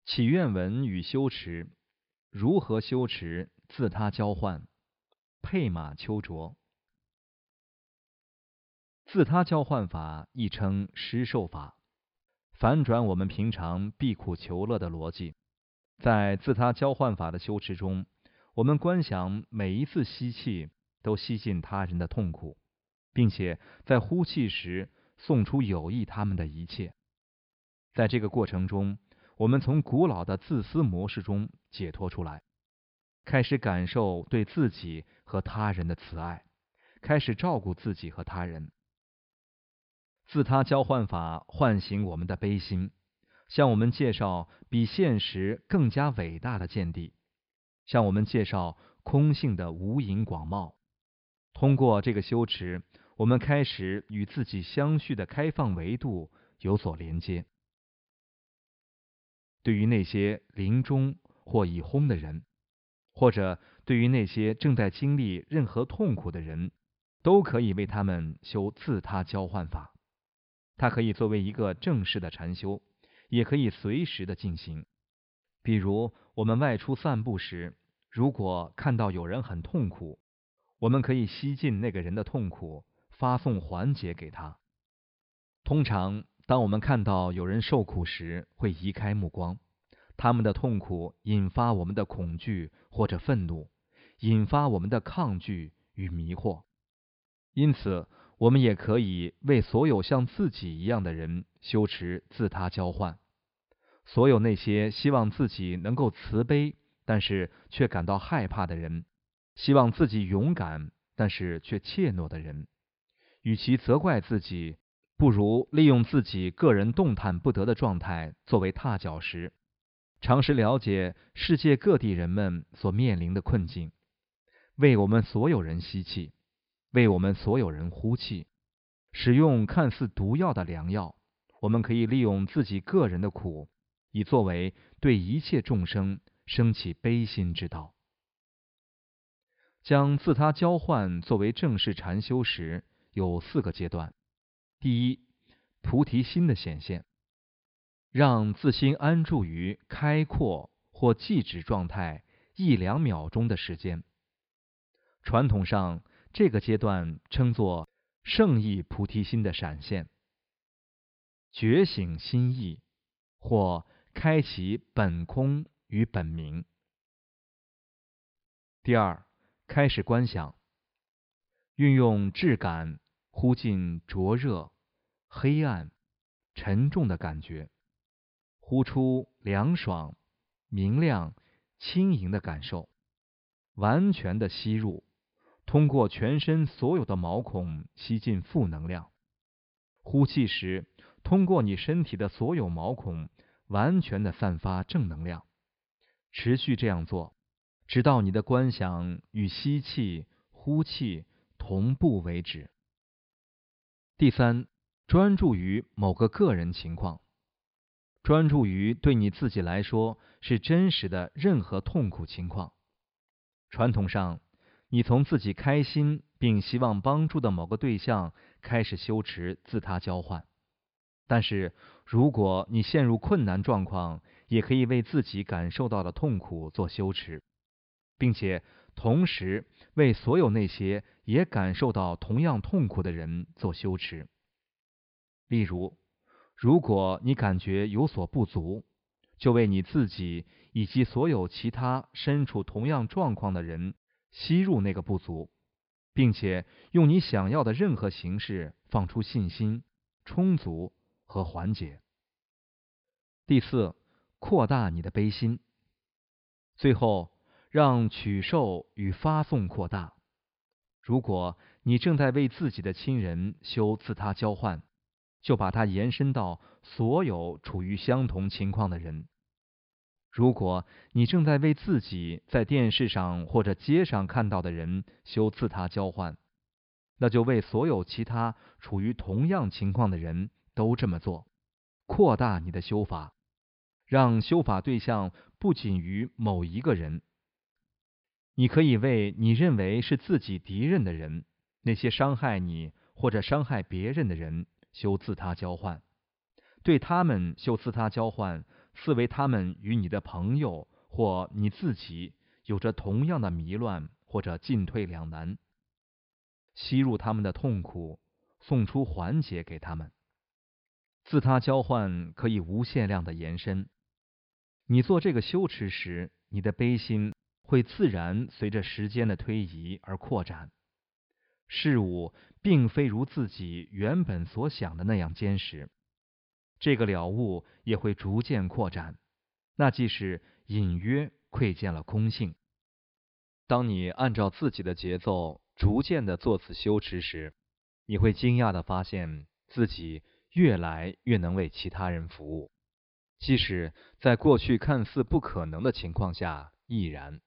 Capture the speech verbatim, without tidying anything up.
祈愿文与修持，如何修持自他交换？佩马丘卓。自他交换法亦称施受法，反转我们平常避苦求乐的逻辑。在自他交换法的修持中，我们观想每一次吸气都吸进他人的痛苦，并且在呼气时送出有益他们的一切。在这个过程中，我们从古老的自私模式中解脱出来，开始感受对自己和他人的慈爱，开始照顾自己和他人。自他交换法唤醒我们的悲心，向我们介绍比现实更加伟大的见地，向我们介绍空性的无垠广袤。通过这个修持，我们开始与自己相续的开放维度有所连接。对于那些临终或已薨的人，或者对于那些正在经历任何痛苦的人，都可以为他们修自他交换法。它可以作为一个正式的禅修，也可以随时的进行。比如我们外出散步时，如果看到有人很痛苦，我们可以吸进那个人的痛苦，发送缓解给他。通常当我们看到有人受苦时，会移开目光，他们的痛苦引发我们的恐惧或者愤怒，引发我们的抗拒与迷惑。因此我们也可以为所有像自己一样的人修持自他交换。所有那些希望自己能够慈悲，但是却感到害怕的人，希望自己勇敢，但是却怯懦的人，与其责怪自己，不如利用自己个人动弹不得的状态作为踏脚石，尝试了解世界各地人们所面临的困境，为我们所有人吸气，为我们所有人呼气。使用看似毒药的良药，我们可以利用自己个人的苦，以作为对一切众生升起悲心之道。将自他交换作为正式禅修时，有四个阶段。第一，菩提心的显现，让自心安住于开阔或寂止状态一两秒钟的时间。传统上，这个阶段称作圣意菩提心的闪现，觉醒心意，或开启本空与本明。第二，开始观想，运用质感呼进灼热、黑暗、沉重的感觉，呼出凉爽、明亮、轻盈的感受，完全的吸入，通过全身所有的毛孔吸进负能量。呼气时，通过你身体的所有毛孔完全的散发正能量。持续这样做，直到你的观想与吸气、呼气同步为止。第三，专注于某个个人情况，专注于对你自己来说是真实的任何痛苦情况。传统上，你从自己开心并希望帮助的某个对象开始修持自他交换。但是如果你陷入困难状况，也可以为自己感受到的痛苦做修持，并且同时为所有那些也感受到同样痛苦的人做修持。例如，如果你感觉有所不足，就为你自己以及所有其他身处同样状况的人吸入那个不足，并且用你想要的任何形式放出信心、充足和缓解。第四，扩大你的悲心。最后，让取受与发送扩大。如果你正在为自己的亲人修自他交换，就把它延伸到所有处于相同情况的人。如果你正在为自己在电视上或者街上看到的人修自他交换，那就为所有其他处于同样情况的人都这么做，扩大你的修法，让修法对象不仅于某一个人。你可以为你认为是自己敌人的人，那些伤害你或者伤害别人的人修自他交换，对他们修自他交换， 视为他们与你的朋友或你自己有着同样的迷乱或者进退两难，吸入他们的痛苦，送出缓解给他们。自他交换可以无限量的延伸。你做这个修持时，你的悲心会自然随着时间的推移而扩展。事物并非如自己原本所想的那样坚实，这个了悟也会逐渐扩展，那即是隐约窥见了空性。当你按照自己的节奏逐渐地做此修持时，你会惊讶地发现自己越来越能为其他人服务，即使在过去看似不可能的情况下亦然。